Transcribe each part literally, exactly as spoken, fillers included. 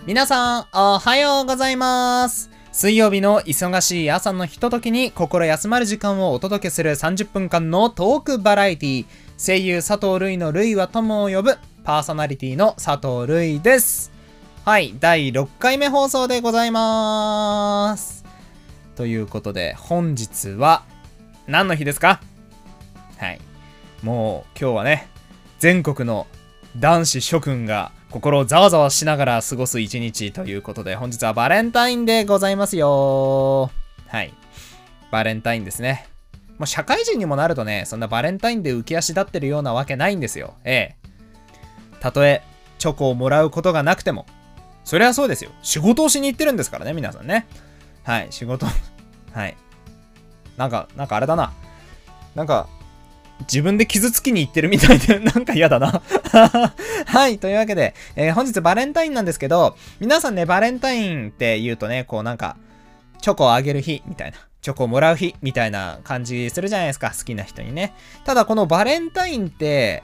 皆さん、おはようございます。水曜日の忙しい朝のひとときに心休まる時間をお届けするさんじゅっぷんかんのトークバラエティ、声優佐藤瑠衣の瑠衣は友を呼ぶパーソナリティの佐藤瑠衣です。はい、だいろっかいめ放送でございます。ということで、本日は何の日ですか？はい、もう今日はね、全国の男子諸君が心をざわざわしながら過ごす一日ということで、本日はバレンタインでございますよ。はい。バレンタインですね。もう社会人にもなるとね、そんなバレンタインで浮き足立ってるようなわけないんですよ。ええ。たとえチョコをもらうことがなくても、そりゃそうですよ。仕事をしに行ってるんですからね、皆さんね。はい、仕事。はい。なんか、なんかあれだな。なんか、自分で傷つきに行ってるみたいで、なんか嫌だな。はい。というわけで、えー、本日バレンタインなんですけど、皆さんね、バレンタインって言うとね、こうなんか、チョコをあげる日みたいな、チョコをもらう日みたいな感じするじゃないですか。好きな人にね。ただこのバレンタインって、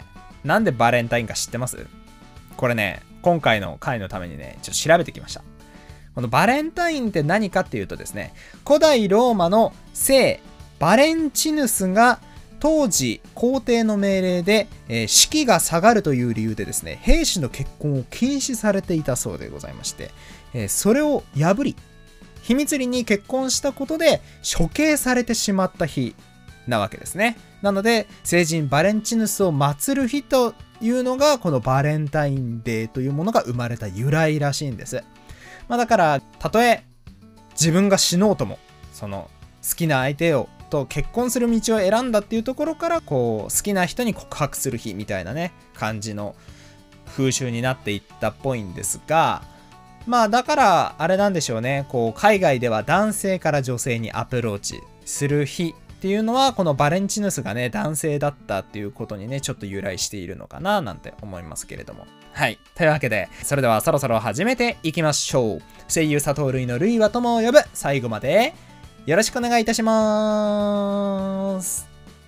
なんでバレンタインか知ってます？これね、今回の回のためにね、ちょっと調べてきました。このバレンタインって何かっていうとですね、古代ローマの聖バレンチヌスが当時皇帝の命令で、えー、士気が下がるという理由でですね、兵士の結婚を禁止されていたそうでございまして、えー、それを破り秘密裏に結婚したことで処刑されてしまった日なわけですね。なので聖人バレンチヌスを祀る日というのがこのバレンタインデーというものが生まれた由来らしいんです。まあ、だからたとえ自分が死のうともその好きな相手をと結婚する道を選んだっていうところから、こう好きな人に告白する日みたいなね感じの風習になっていったっぽいんですが、まあだからあれなんでしょうね、こう海外では男性から女性にアプローチする日っていうのはこのバレンチヌスがね男性だったっていうことにねちょっと由来しているのかななんて思いますけれども。はい、というわけでそれではそろそろ始めていきましょう。声優佐藤瑠衣の瑠衣は友を呼ぶ、最後までよろしくお願いいたします。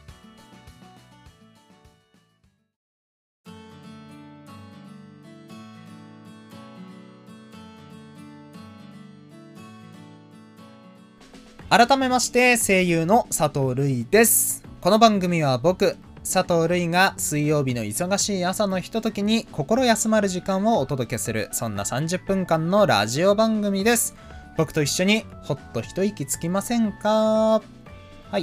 改めまして声優の佐藤瑠衣です。この番組は僕佐藤瑠衣が水曜日の忙しい朝のひとときに心休まる時間をお届けする、そんなさんじゅっぷんかんのラジオ番組です。僕と一緒にほっと一息つきませんか？はい、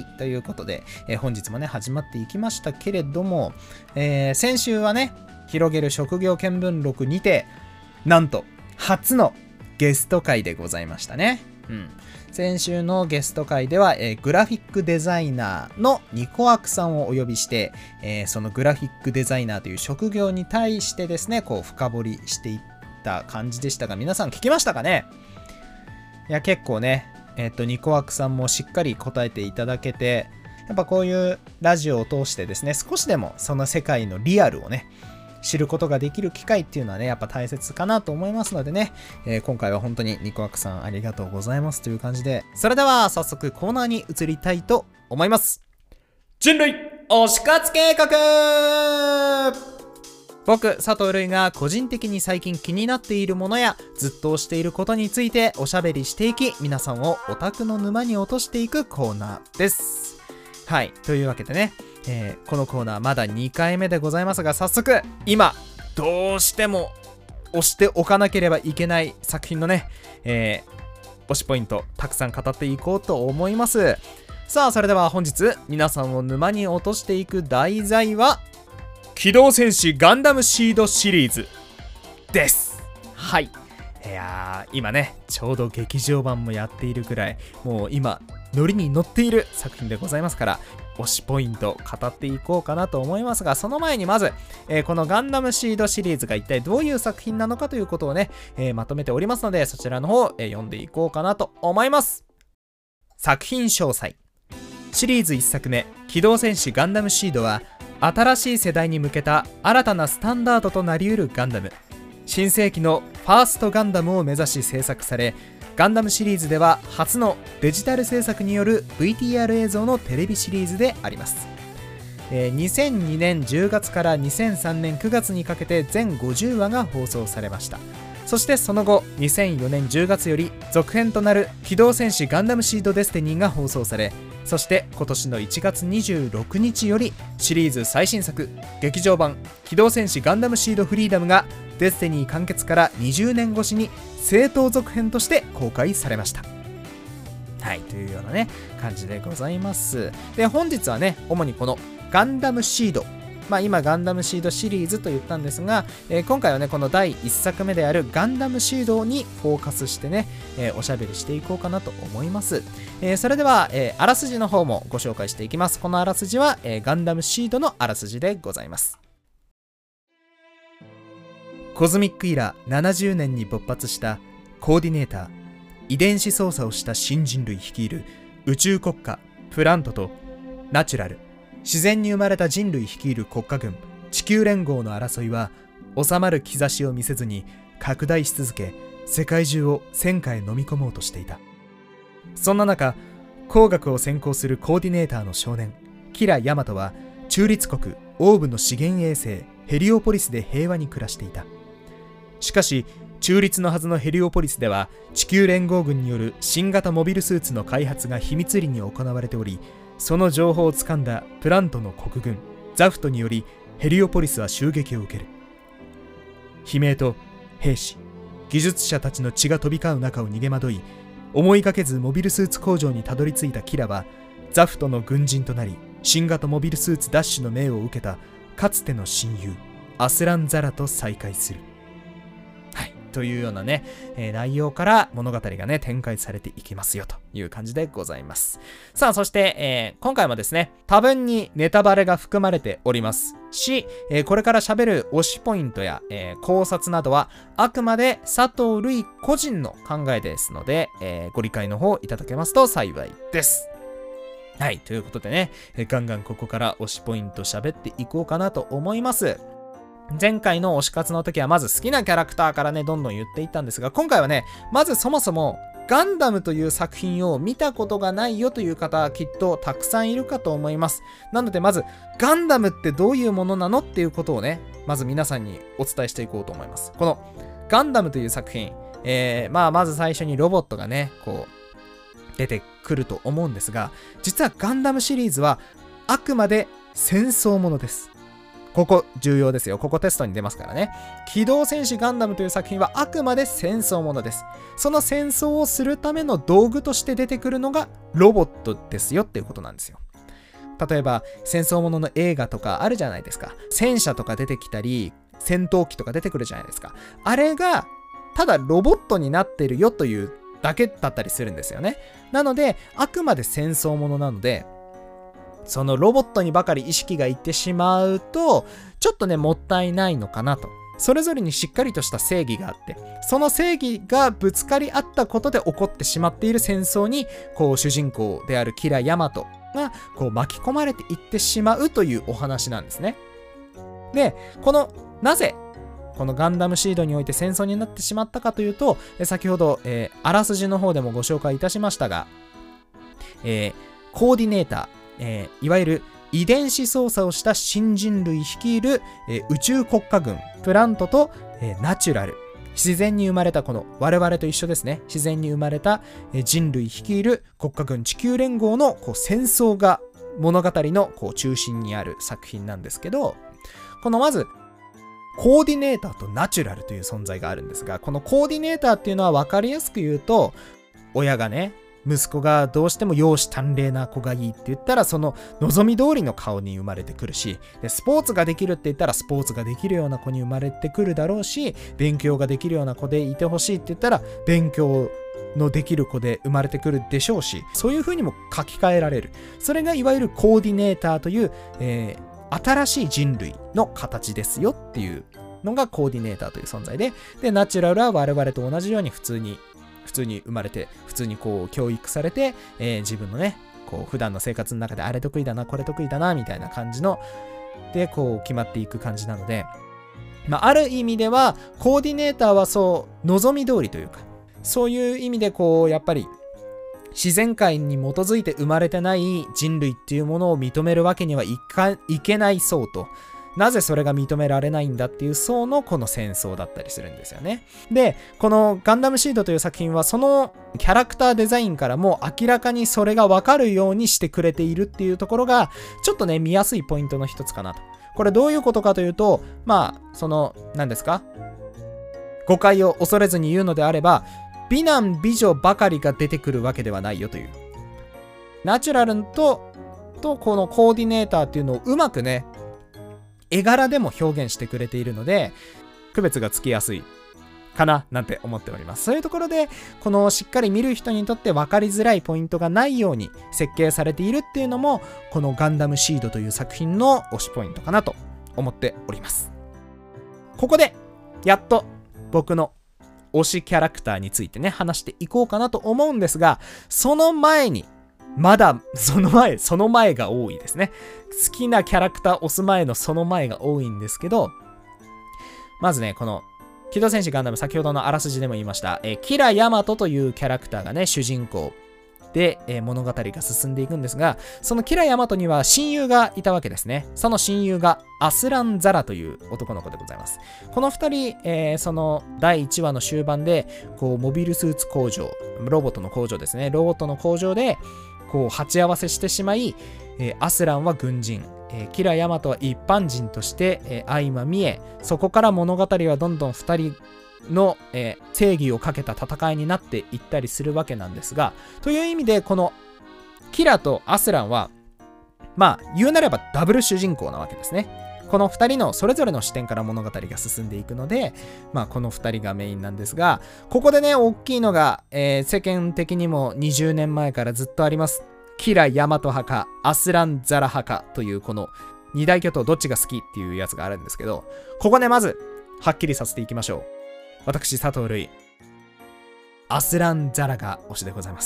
ということで、えー、本日もね始まっていきましたけれども、えー、先週はね広げる職業見聞録にてなんと初のゲスト会でございましたね。うん、先週のゲスト会では、えー、グラフィックデザイナーのニコアクさんをお呼びして、えー、そのグラフィックデザイナーという職業に対してですねこう深掘りしていった感じでしたが、皆さん聞きましたかね？いや結構ね、えっとニコアクさんもしっかり答えていただけて、やっぱこういうラジオを通してですね少しでもその世界のリアルをね知ることができる機会っていうのはねやっぱ大切かなと思いますのでね、えー、今回は本当にニコアクさんありがとうございますという感じで、それでは早速コーナーに移りたいと思います。人類推し活計画。僕佐藤瑠衣が個人的に最近気になっているものやずっと推していることについておしゃべりしていき、皆さんをオタクの沼に落としていくコーナーです。はい、というわけでね、えー、このコーナーまだにかいめでございますが、早速今どうしても推しておかなければいけない作品のね、えー、推しポイントたくさん語っていこうと思います。さあそれでは本日皆さんを沼に落としていく題材は機動戦士ガンダムシードシリーズです。はい、いやー今ねちょうど劇場版もやっているくらい、もう今ノリに乗っている作品でございますから、推しポイント語っていこうかなと思いますが、その前にまず、えー、このガンダムシードシリーズが一体どういう作品なのかということをね、えー、まとめておりますので、そちらの方、えー、読んでいこうかなと思います。作品詳細。シリーズいっさくめ機動戦士ガンダムシードは新しい世代に向けた新たなスタンダードとなりうるガンダム、新世紀のファーストガンダムを目指し制作され、ガンダムシリーズでは初のデジタル制作による ブイティーアール 映像のテレビシリーズであります。えー、にせんにねんじゅうがつからにせんさんねんくがつにかけて全ごじゅうわが放送されました。 そしてその後にせんよねんじゅうがつより続編となる機動戦士ガンダムシードデスティニーが放送され、そして今年のいちがつにじゅうろくにちよりシリーズ最新作劇場版機動戦士ガンダムシードフリーダムがデスティニー完結からにじゅうねんごしに正当続編として公開されました。はい、というようなね感じでございます。で、本日はね主にこのガンダムシード、まあ今ガンダムシードシリーズと言ったんですが、えー、今回はねこのだいいっさくめであるガンダムシードにフォーカスしてね、えー、おしゃべりしていこうかなと思います。えー、それでは、えー、あらすじの方もご紹介していきます。このあらすじは、えー、ガンダムシードのあらすじでございます。コズミックイラーななじゅうねんに勃発したコーディネーター、遺伝子操作をした新人類率いる宇宙国家プラントとナチュラル、自然に生まれた人類率いる国家軍地球連合の争いは収まる兆しを見せずに拡大し続け、世界中を戦火へ飲み込もうとしていた。そんな中、工学を専攻するコーディネーターの少年キラ・ヤマトは中立国オーブの資源衛星ヘリオポリスで平和に暮らしていた。しかし中立のはずのヘリオポリスでは地球連合軍による新型モビルスーツの開発が秘密裏に行われており、その情報をつかんだプラントの国軍ザフトによりヘリオポリスは襲撃を受ける。悲鳴と兵士、技術者たちの血が飛び交う中を逃げ惑い、思いがけずモビルスーツ工場にたどり着いたキラはザフトの軍人となり、新型モビルスーツダッシュの命を受けたかつての親友アスラン・ザラと再会する。というようなね、えー、内容から物語がね展開されていきますよという感じでございます。さあ、そして、えー、今回もですね多分にネタバレが含まれておりますし、えー、これから喋る推しポイントや、えー、考察などはあくまで佐藤瑠衣個人の考えですので、えー、ご理解の方いただけますと幸いです。はい、ということでね、えー、ガンガンここから推しポイント喋っていこうかなと思います。前回の推し活の時はまず好きなキャラクターからねどんどん言っていったんですが、今回はねまずそもそもガンダムという作品を見たことがないよという方きっとたくさんいるかと思います。なのでまずガンダムってどういうものなのっていうことをねまず皆さんにお伝えしていこうと思います。このガンダムという作品、えー、まあまず最初にロボットがねこう出てくると思うんですが、実はガンダムシリーズはあくまで戦争ものです。ここ重要ですよ。ここテストに出ますからね。機動戦士ガンダムという作品はあくまで戦争ものです。その戦争をするための道具として出てくるのがロボットですよっていうことなんですよ。例えば戦争ものの映画とかあるじゃないですか。戦車とか出てきたり戦闘機とか出てくるじゃないですか。あれがただロボットになってるよというだけだったりするんですよね。なのであくまで戦争ものなので、そのロボットにばかり意識がいってしまうとちょっとねもったいないのかなと。それぞれにしっかりとした正義があって、その正義がぶつかり合ったことで起こってしまっている戦争にこう主人公であるキラ・ヤマトがこう巻き込まれていってしまうというお話なんですね。で、このなぜこのガンダムシードにおいて戦争になってしまったかというと、先ほど、えー、あらすじの方でもご紹介いたしましたが、えー、コーディネーター、えー、いわゆる遺伝子操作をした新人類率いる、えー、宇宙国家軍プラントと、えー、ナチュラル、自然に生まれたこの我々と一緒ですね、自然に生まれた、えー、人類率いる国家軍地球連合のこう戦争が物語のこう中心にある作品なんですけど、このまずコーディネーターとナチュラルという存在があるんですが、このコーディネーターっていうのは分かりやすく言うと、親がね息子がどうしても容姿端麗な子がいいって言ったらその望み通りの顔に生まれてくるし、でスポーツができるって言ったらスポーツができるような子に生まれてくるだろうし、勉強ができるような子でいてほしいって言ったら勉強のできる子で生まれてくるでしょうし、そういう風にも書き換えられる。それがいわゆるコーディネーターという、えー、新しい人類の形ですよっていうのがコーディネーターという存在で、でナチュラルは我々と同じように普通に普通に生まれて普通にこう教育されて、えー、自分のねこう普段の生活の中であれ得意だなこれ得意だなみたいな感じのでこう決まっていく感じなので、まあ、ある意味ではコーディネーターはそう望み通りというか、そういう意味でこうやっぱり自然界に基づいて生まれてない人類っていうものを認めるわけにはいかいけないそうと。 なぜそれが認められないんだっていう層のこの戦争だったりするんですよね。で、このガンダムシードという作品はそのキャラクターデザインからも明らかにそれがわかるようにしてくれているっていうところがちょっとね見やすいポイントの一つかなと。これどういうことかというと、まあその何ですか、誤解を恐れずに言うのであれば、美男美女ばかりが出てくるわけではないよという。ナチュラルととこのコーディネーターっていうのをうまくね絵柄でも表現してくれているので区別がつきやすいかななんて思っております。そういうところでこのしっかり見る人にとって分かりづらいポイントがないように設計されているっていうのもこのガンダムシードという作品の推しポイントかなと思っております。ここでやっと僕の推しキャラクターについてね話していこうかなと思うんですが、その前にまだその前その前が多いですね。好きなキャラクター押す前のその前が多いんですけど、まずねこの機動戦士ガンダム、先ほどのあらすじでも言いました、えー、キラヤマトというキャラクターがね主人公で、えー、物語が進んでいくんですが、そのキラヤマトには親友がいたわけですね。その親友がアスラン・ザラという男の子でございます。このふたり、えー、そのだいいちわの終盤でこうモビルスーツ工場、ロボットの工場ですね、ロボットの工場でこう鉢合わせしてしまい、えー、アスランは軍人、えー、キラヤマトは一般人として、えー、相まみえ、そこから物語はどんどんふたりの、えー、正義をかけた戦いになっていったりするわけなんですが、という意味でこのキラとアスランはまあ言うなればダブル主人公なわけですね。このふたりのそれぞれの視点から物語が進んでいくので、まあこのふたりがメインなんですが、ここでね大きいのが、えー、世間的にもにじゅうねんまえからずっとありますキラヤマト派かアスランザラ派かというこの二大巨頭どっちが好きっていうやつがあるんですけど、ここねまずはっきりさせていきましょう。私佐藤瑠衣、アスランザラが推しでございます。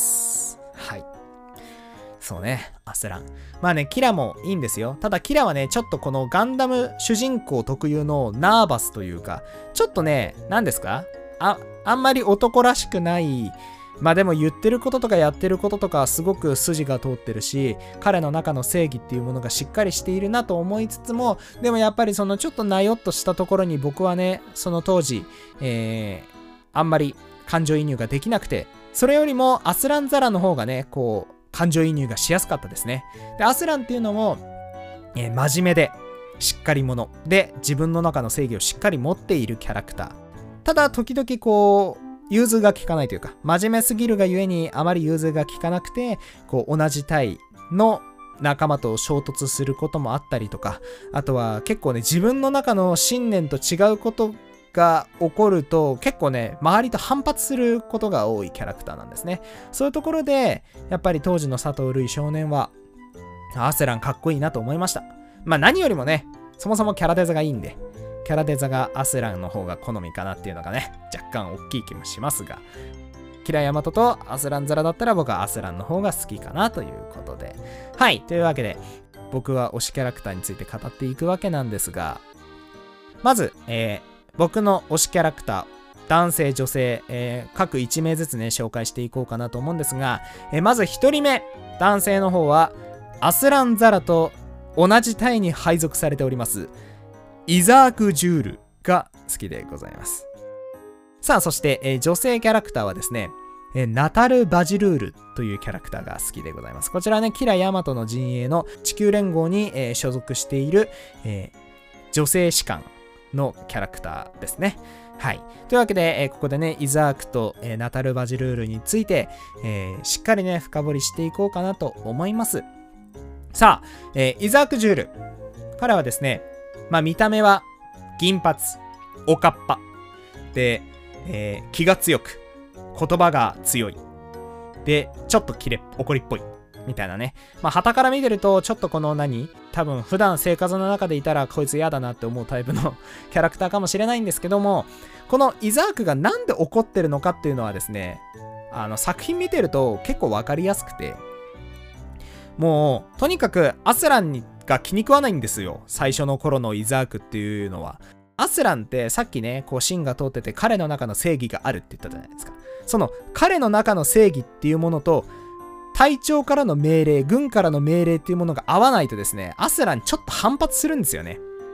はい、そうね、アスラン。まあね、キラもいいんですよ。ただキラはね、ちょっとこのガンダム主人公特有のナーバスというか、ちょっとね、何ですか？あ、あんまり男らしくない。まあでも言ってることとかやってることとかすごく筋が通ってるし、彼の中の正義っていうものがしっかりしているなと思いつつも、でもやっぱりそのちょっとなよっとしたところに僕はね、その当時、えー、あんまり感情移入ができなくて、それよりもアスランザラの方がね、こう、感情移入がしやすかったですね。で、アスランっていうのも、えー、真面目で、しっかり者で、自分の中の正義をしっかり持っているキャラクター。ただ、時々こう、融通が利かないというか、真面目すぎるがゆえにあまり融通が利かなくて、こう同じ隊の仲間と衝突することもあったりとか、あとは結構ね、自分の中の信念と違うことが起こると、結構ね、周りと反発することが多いキャラクターなんですね。そういうところで、やっぱり当時の佐藤瑠衣少年は、アスランかっこいいなと思いました。まあ何よりもね、そもそもキャラデザがいいんで、キャラデザがアスランの方が好みかなっていうのがね、若干大きい気もしますが、キラヤマトとアスランザラだったら僕はアスランの方が好きかなということで。はい、というわけで、僕は推しキャラクターについて語っていくわけなんですが、まず、えー、僕の推しキャラクター、男性、女性、えー、各いち名ずつね、紹介していこうかなと思うんですが、えー、まずひとりめ、男性の方は、アスランザラと同じ隊に配属されております、イザーク・ジュールが好きでございます。さあ、そして、えー、女性キャラクターはですね、えー、ナタル・バジルールというキャラクターが好きでございます。こちらね、キラ・ヤマトの陣営の地球連合に、えー、所属している、えー、女性士官のキャラクターですね。はい。というわけで、えー、ここでね、イザークと、えー、ナタル・バジルールについて、えー、しっかりね、深掘りしていこうかなと思います。さあ、えー、イザーク・ジュール。彼はですね、まあ見た目は銀髪、おかっぱで、えー、気が強く、言葉が強いで、ちょっとキレ怒りっぽいみたいなね。まあ旗から見てるとちょっとこの何多分普段生活の中でいたらこいつ嫌だなって思うタイプのキャラクターかもしれないんですけども、このイザークがなんで怒ってるのかっていうのはですね、あの作品見てると結構わかりやすくて、もうとにかくアスランにが気に食わないんですよ。最初の頃のイザークっていうのは。アスランってさっきね、こう芯が通ってて彼の中の正義があるって言ったじゃないですか。その彼の中の正義っていうものと隊長からの命令、軍からの命令っていうものが合わないとですね、アスランちょっと反発するんですよね。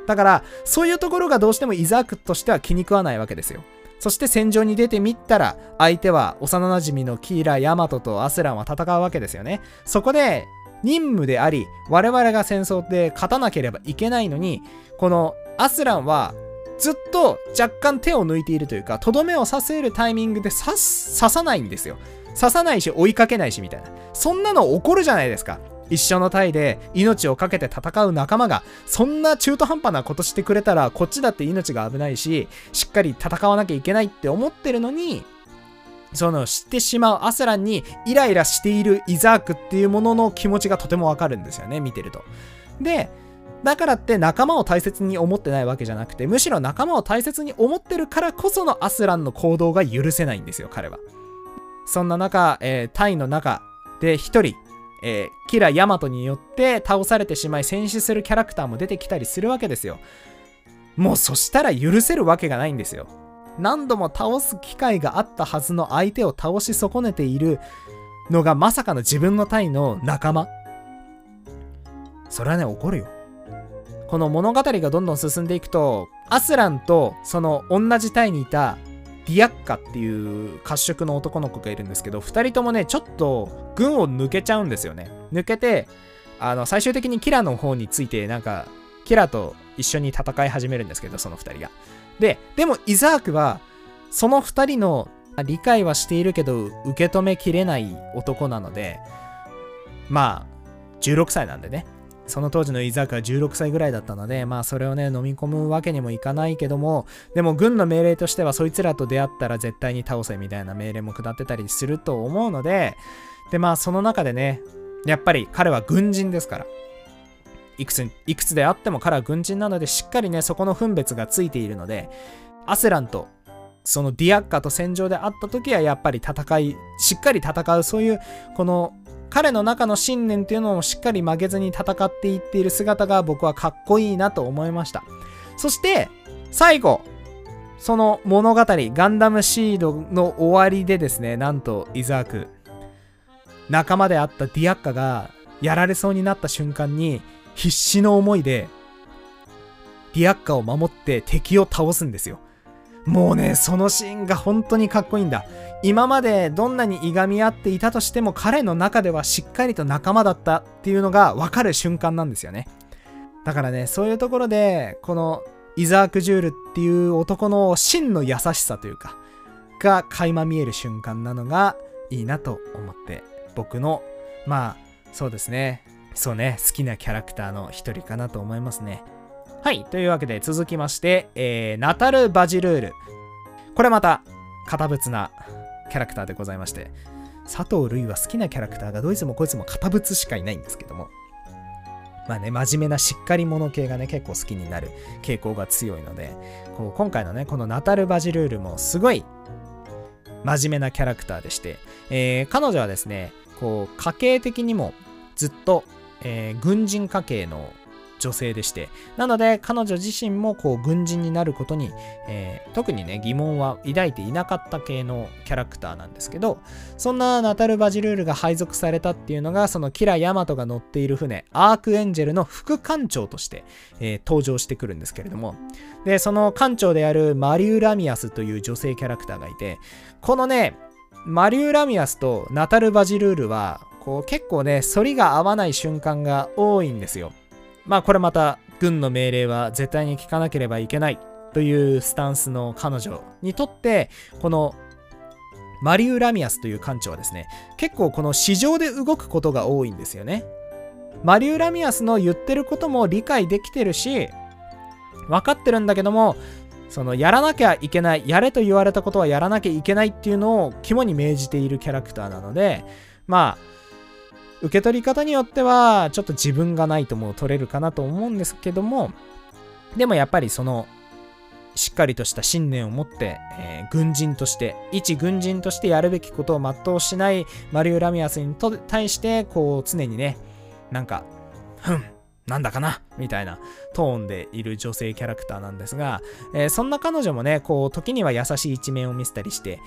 だからそういうところがどうしてもイザークとしては気に食わないわけですよ。そして戦場に出てみたら、相手は幼馴染のキーラ、ヤマトとアスランは戦うわけですよね。そこで任務であり、我々が戦争で勝たなければいけないのに、このアスランはずっと若干手を抜いているというか、とどめを刺せるタイミングで刺す、刺さないんですよ。刺さないし追いかけないしみたいな。そんなの起こるじゃないですか。一緒の隊で命を懸けて戦う仲間がそんな中途半端なことしてくれたら、こっちだって命が危ないし、しっかり戦わなきゃいけないって思ってるのに、その知ってしまうアスランにイライラしているイザークっていうものの気持ちがとてもわかるんですよね、見てると。で、だからって仲間を大切に思ってないわけじゃなくて、むしろ仲間を大切に思ってるからこそのアスランの行動が許せないんですよ、彼は。そんな中、えー、隊の中で一人、えー、キラ・ヤマトによって倒されてしまい戦死するキャラクターも出てきたりするわけですよ。もうそしたら許せるわけがないんですよ。何度も倒す機会があったはずの相手を倒し損ねているのがまさかの自分の隊の仲間。それはね、怒るよ。この物語がどんどん進んでいくと、アスランとその同じ隊にいたディアッカっていう褐色の男の子がいるんですけど、ふたりともね、ちょっと軍を抜けちゃうんですよね。抜けて、あの、最終的にキラの方について、なんか、キラと一緒に戦い始めるんですけど、そのふたりが。で、でもイザークは、そのふたりの理解はしているけど、受け止めきれない男なので、まあ、じゅうろくさいなんでね。その当時のイザークはじゅうろくさいぐらいだったので、まあそれをね、飲み込むわけにもいかないけども、でも軍の命令としてはそいつらと出会ったら絶対に倒せみたいな命令も下ってたりすると思うので、でまあその中でね、やっぱり彼は軍人ですから、いくつ、いくつであっても彼は軍人なので、しっかりね、そこの分別がついているので、アスランとそのディアッカと戦場で会った時はやっぱり戦い、しっかり戦う、そういうこの彼の中の信念っていうのをしっかり曲げずに戦っていっている姿が僕はかっこいいなと思いました。そして最後、その物語ガンダムシードの終わりでですね、なんとイザーク、仲間であったディアッカがやられそうになった瞬間に必死の思いでディアッカを守って敵を倒すんですよ。もうね、そのシーンが本当にかっこいいんだ。今までどんなにいがみ合っていたとしても、彼の中ではしっかりと仲間だったっていうのが分かる瞬間なんですよね。だからね、そういうところでこのイザーク・ジュールっていう男の真の優しさというかが垣間見える瞬間なのがいいなと思って、僕のまあそうですね、そうね、好きなキャラクターの一人かなと思いますね。はい、というわけで続きまして、えー、ナタル・バジルール。これまた堅物なキャラクターでございまして、佐藤瑠衣は好きなキャラクターがどいつもこいつも堅物しかいないんですけども、まあね、真面目なしっかり者系がね結構好きになる傾向が強いので、こう今回のねこのナタル・バジルールもすごい真面目なキャラクターでして、えー、彼女はですね、こう家系的にもずっと、えー、軍人家系の女性でして、なので彼女自身もこう軍人になることに、えー、特にね疑問は抱いていなかった系のキャラクターなんですけど、そんなナタル・バジルールが配属されたっていうのが、そのキラ・ヤマトが乗っている船アークエンジェルの副艦長として、えー、登場してくるんですけれども、でその艦長であるマリュー・ラミアスという女性キャラクターがいて、このねマリュー・ラミアスとナタル・バジルールはこう結構ね反りが合わない瞬間が多いんですよ。まあこれまた軍の命令は絶対に聞かなければいけないというスタンスの彼女にとって、このマリュー・ラミアスという艦長はですね、結構この市場で動くことが多いんですよね。マリュー・ラミアスの言ってることも理解できてるし分かってるんだけども、そのやらなきゃいけない、やれと言われたことはやらなきゃいけないっていうのを肝に銘じているキャラクターなので、まあ受け取り方によってはちょっと自分がないとも取れるかなと思うんですけども、でもやっぱりそのしっかりとした信念を持って、えー、軍人として一軍人としてやるべきことを全うしないマリュー・ラミアスにと対してこう常にね、なんかふんなんだかなみたいなトーンでいる女性キャラクターなんですが、えー、そんな彼女もねこう時には優しい一面を見せたりして、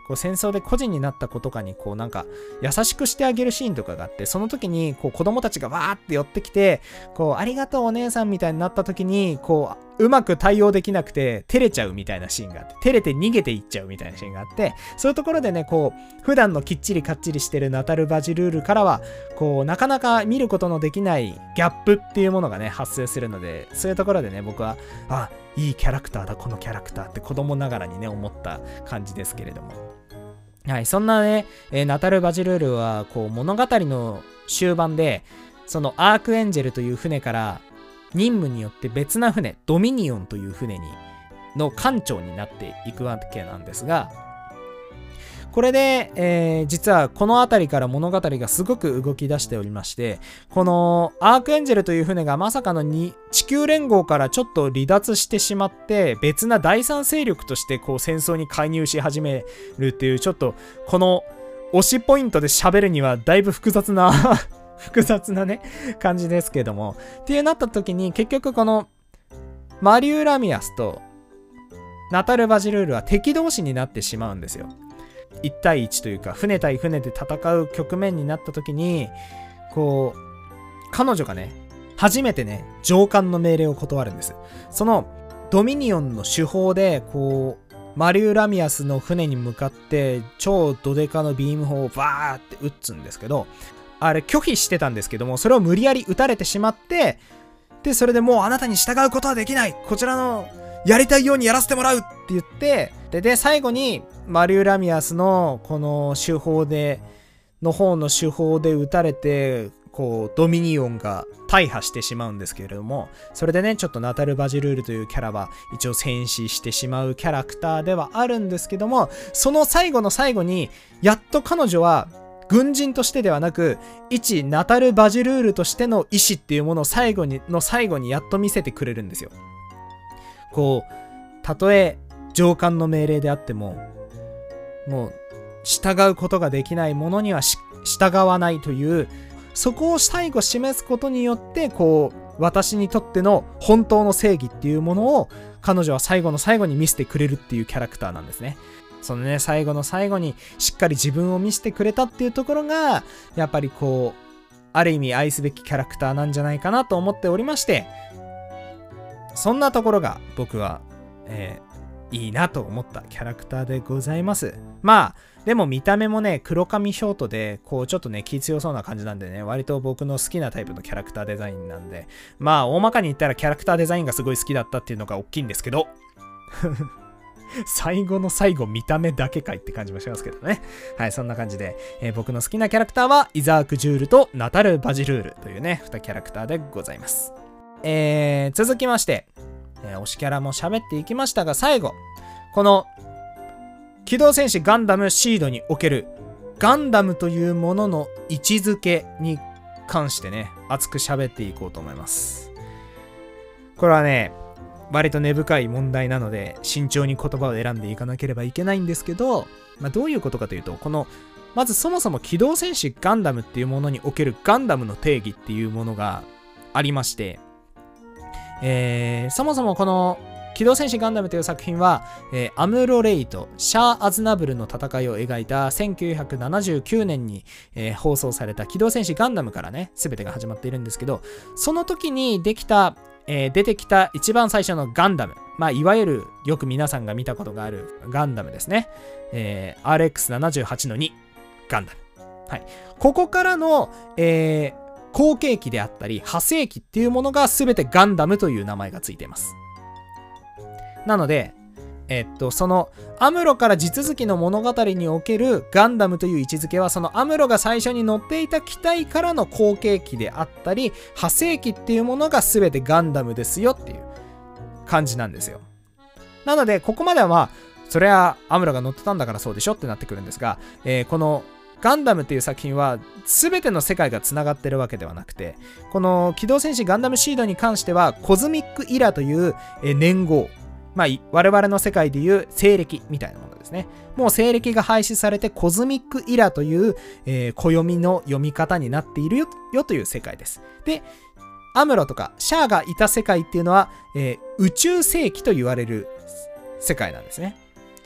こう戦争で孤児になった子とかにこうなんか優しくしてあげるシーンとかがあって、その時にこう子供たちがわーって寄ってきて、こうありがとうお姉さんみたいになった時にこううまく対応できなくて照れちゃうみたいなシーンがあって、照れて逃げていっちゃうみたいなシーンがあって、そういうところでね、こう普段のきっちりかっちりしてるナタル・バジルールからはこうなかなか見ることのできないギャップっていうものがね発生するので、そういうところでね僕はあいいキャラクターだこのキャラクターって子供ながらにね思った感じですけれども、はい、そんなね、えー、ナタル・バジルールはこう物語の終盤でそのアークエンジェルという船から任務によって別な船ドミニオンという船にの艦長になっていくわけなんですが、これで、えー、実はこの辺りから物語がすごく動き出しておりまして、このアークエンジェルという船がまさかのに地球連合からちょっと離脱してしまって別な第三勢力としてこう戦争に介入し始めるっていう、ちょっとこの推しポイントで喋るにはだいぶ複雑な複雑なね感じですけども、っていうなった時に結局このマリュー・ラミアスとナタル・バジルールは敵同士になってしまうんですよ。いち対いちというか船対船で戦う局面になった時に、こう彼女がね初めてね上官の命令を断るんです。そのドミニオンの手法でこうマリュー・ラミアスの船に向かって超ドデカのビーム砲をバーって撃つんですけど、あれ拒否してたんですけども、それを無理やり撃たれてしまって、でそれでもうあなたに従うことはできない、こちらのやりたいようにやらせてもらうって言って、でで最後にマリュー・ラミアスのこの手法での方の手法で撃たれて、こうドミニオンが大破してしまうんですけれども、それでねちょっとナタル・バジルールというキャラは一応戦死してしまうキャラクターではあるんですけども、その最後の最後にやっと彼女は軍人としてではなく一ナタル・バジルールとしての意志っていうものを最後にの最後にやっと見せてくれるんですよ。こうたとえ上官の命令であってももう従うことができないものには従わないという、そこを最後示すことによってこう私にとっての本当の正義っていうものを彼女は最後の最後に見せてくれるっていうキャラクターなんですね。そのね最後の最後にしっかり自分を見せてくれたっていうところがやっぱりこうある意味愛すべきキャラクターなんじゃないかなと思っておりまして、そんなところが僕は、えー、いいなと思ったキャラクターでございます。まあでも見た目もね黒髪ショートでこうちょっとね気強そうな感じなんでね、割と僕の好きなタイプのキャラクターデザインなんで、まあ大まかに言ったらキャラクターデザインがすごい好きだったっていうのが大きいんですけど最後の最後見た目だけかいって感じもしますけどね。はい、そんな感じで、えー、僕の好きなキャラクターはイザーク・ジュールとナタル・バジルールというねにキャラクターでございます。えー、続きまして、えー、推しキャラも喋っていきましたが、最後この機動戦士ガンダムシードにおけるガンダムというものの位置づけに関してね熱く喋っていこうと思います。これはね割と根深い問題なので慎重に言葉を選んでいかなければいけないんですけど、まあ、どういうことかというと、このまずそもそも機動戦士ガンダムっていうものにおけるガンダムの定義っていうものがありまして、えー、そもそもこの機動戦士ガンダムという作品は、えー、アムロレイとシャア・アズナブルの戦いを描いたせんきゅうひゃくななじゅうきゅうねんに、えー、放送された機動戦士ガンダムからね全てが始まっているんですけど、その時にできたえー、出てきた一番最初のガンダム、まあいわゆるよく皆さんが見たことがあるガンダムですね、えー、アールエックスななじゅうはちのに ガンダム、はい、ここからの、えー、後継機であったり派生機っていうものが全てガンダムという名前がついています。なのでえっとそのアムロから地続きの物語におけるガンダムという位置づけは、そのアムロが最初に乗っていた機体からの後継機であったり派生機っていうものが全てガンダムですよっていう感じなんですよ。なのでここまではまあそれはアムロが乗ってたんだからそうでしょってなってくるんですが、えー、このガンダムっていう作品は全ての世界がつながってるわけではなくて、この機動戦士ガンダムシードに関してはコズミックイラという年号、まあ、我々の世界でいう西暦みたいなものですね。もう西暦が廃止されてコズミックイラという、えー、暦の読み方になっている よ, よという世界です。で、アムロとかシャアがいた世界っていうのは、えー、宇宙世紀と言われる世界なんですね。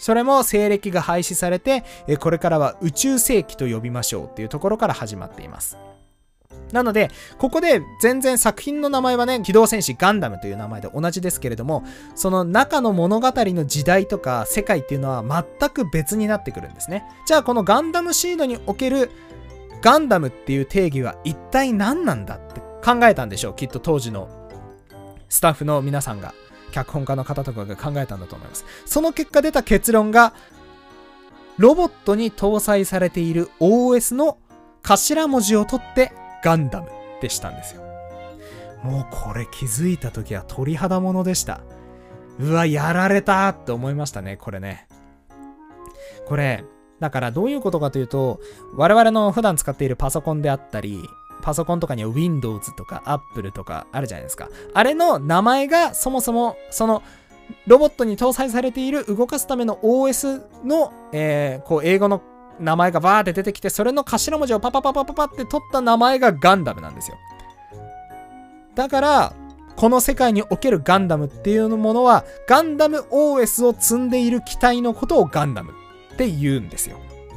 それも西暦が廃止されて、これからは宇宙世紀と呼びましょうっていうところから始まっています。なので、ここで全然作品の名前はね、機動戦士ガンダムという名前で同じですけれども、その中の物語の時代とか世界っていうのは全く別になってくるんですね。じゃあこのガンダムシードにおけるガンダムっていう定義は一体何なんだって考えたんでしょう。きっと当時のスタッフの皆さんが、脚本家の方とかが考えたんだと思います。その結果出た結論が、ロボットに搭載されている オーエス の頭文字を取ってガンダムでしたんですよ。もうこれ気づいた時は鳥肌ものでした。うわ、やられたって思いましたね、これね。これ、だからどういうことかというと、我々の普段使っているパソコンであったり、パソコンとかには Windows とか Apple とかあるじゃないですか。あれの名前がそもそもそのロボットに搭載されている動かすための オーエス の、えー、こう英語の名前がバーって出てきて、それの頭文字をパパパパパパって取った名前がガンダムなんですよ。だからこの世界におけるガンダムっていうものは、ガンダム オーエス を積んでいる機体のことをガンダムって言うんですよ。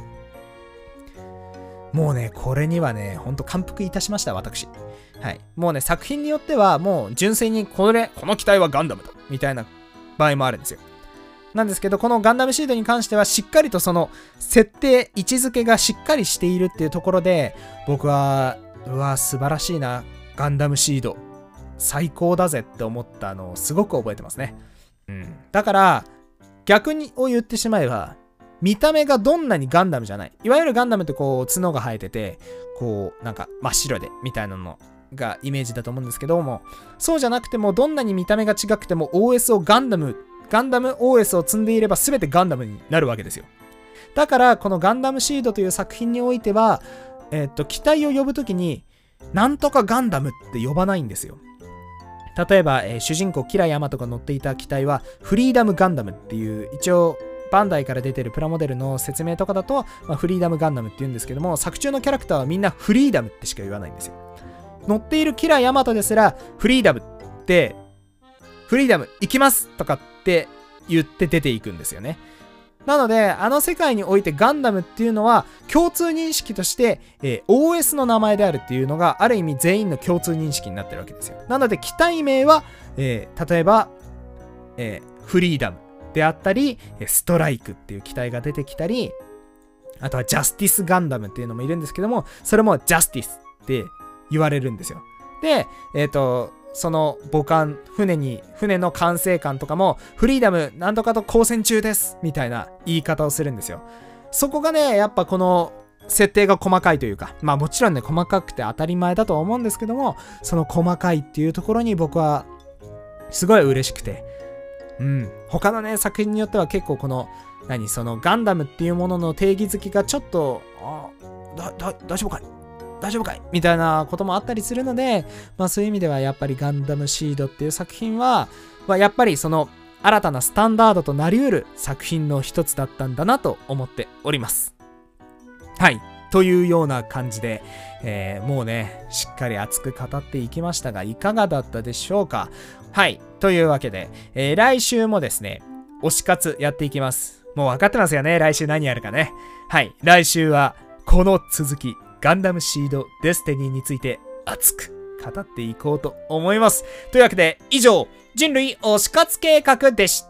もうね、これにはね、ほんと感服いたしました、私。はい。もうね、作品によっては、もう純粋にこれ、この機体はガンダムだみたいな場合もあるんですよ。なんですけど、このガンダムシードに関しては、しっかりとその設定、位置づけがしっかりしているっていうところで、僕は、うわ、素晴らしいな、ガンダムシード。最高だぜって思ったのをすごく覚えてますね。うん。だから、逆にを言ってしまえば、見た目がどんなにガンダムじゃない。いわゆるガンダムってこう、角が生えてて、こう、なんか真っ白で、みたいなのがイメージだと思うんですけども、そうじゃなくても、どんなに見た目が違くても オーエス をガンダム、ガンダム オーエス を積んでいれば全てガンダムになるわけですよ。だから、このガンダムシードという作品においては、えっと、機体を呼ぶときに、なんとかガンダムって呼ばないんですよ。例えば、えー、主人公キラヤマトが乗っていた機体は、フリーダムガンダムっていう、一応、バンダイから出てるプラモデルの説明とかだと、まあ、フリーダムガンダムって言うんですけども、作中のキャラクターはみんなフリーダムってしか言わないんですよ。乗っているキラヤマトですら、フリーダムって、フリーダム行きますとかって言って出ていくんですよね。なので、あの世界においてガンダムっていうのは、共通認識として、えー、オーエス の名前であるっていうのが、ある意味全員の共通認識になってるわけですよ。なので、機体名は、えー、例えば、えー、フリーダムであったり、ストライクっていう機体が出てきたり、あとはジャスティスガンダムっていうのもいるんですけども、それもジャスティスって言われるんですよ。で、えっと、その母艦、船に、船の管制官とかも、フリーダムなんとかと交戦中ですみたいな言い方をするんですよ。そこがね、やっぱこの設定が細かいというか、まあもちろんね、細かくて当たり前だとは思うんですけども、その細かいっていうところに僕はすごい嬉しくて、うん。他のね、作品によっては結構この、何、そのガンダムっていうものの定義づきがちょっと、あ、だ、だ、大丈夫かい大丈夫かいみたいなこともあったりするので、まあそういう意味ではやっぱりガンダムシードっていう作品は、まあ、やっぱりその新たなスタンダードとなり得る作品の一つだったんだなと思っております。はい。というような感じで、えー、もうね、しっかり熱く語っていきましたが、いかがだったでしょうか。はい。というわけで、えー、来週もですね、推し活やっていきます。もう分かってますよね。来週何やるかね。はい。来週は、この続き、ガンダムシードデスティニーについて熱く語っていこうと思います。というわけで、以上、人類推し活計画でした。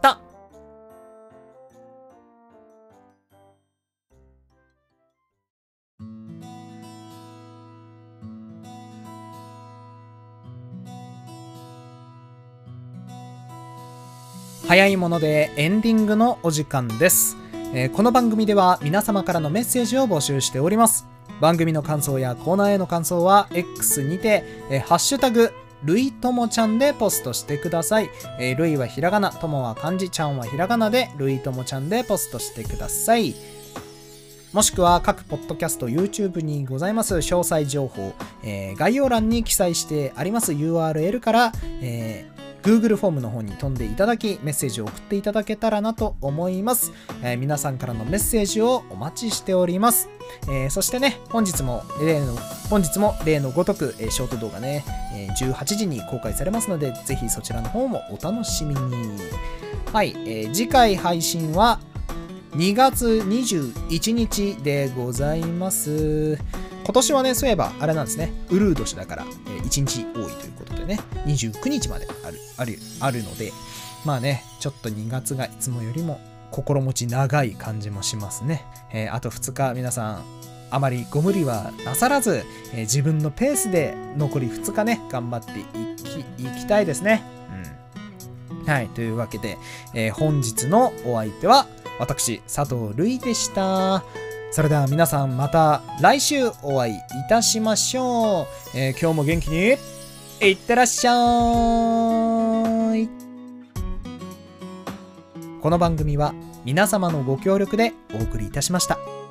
早いものでエンディングのお時間です。えー、この番組では皆様からのメッセージを募集しております。番組の感想やコーナーへの感想は X にて、えー、ハッシュタグるいともちゃんでポストしてください。えー、るいはひらがな、ともは漢字、ちゃんはひらがなでるいともちゃんでポストしてください。もしくは各ポッドキャスト YouTube にございます詳細情報、えー、概要欄に記載してあります ユーアールエル から、えーGoogle フォームの方に飛んでいただき、メッセージを送っていただけたらなと思います。えー、皆さんからのメッセージをお待ちしております。えー、そしてね、本日も例の、本日も例のごとく、えー、ショート動画ね、えー、じゅうはちじに公開されますので、ぜひそちらの方もお楽しみに。はい、えー、次回配信はにがつにじゅういちにちでございます。今年はね、そういえばあれなんですね、ウルー年だから、えー、いちにち多いということでね、にじゅうくにちまである、ある、あるので、まあね、ちょっとにがつがいつもよりも心持ち長い感じもしますね。えー、あとふつか皆さん、あまりご無理はなさらず、えー、自分のペースで残りふつかね、頑張っていき、いきたいですね。うん。はい。というわけで、えー、本日のお相手は、私、佐藤瑠衣でした。それでは皆さんまた来週お会いいたしましょう。えー、今日も元気にいってらっしゃい。この番組は皆様のご協力でお送りいたしました。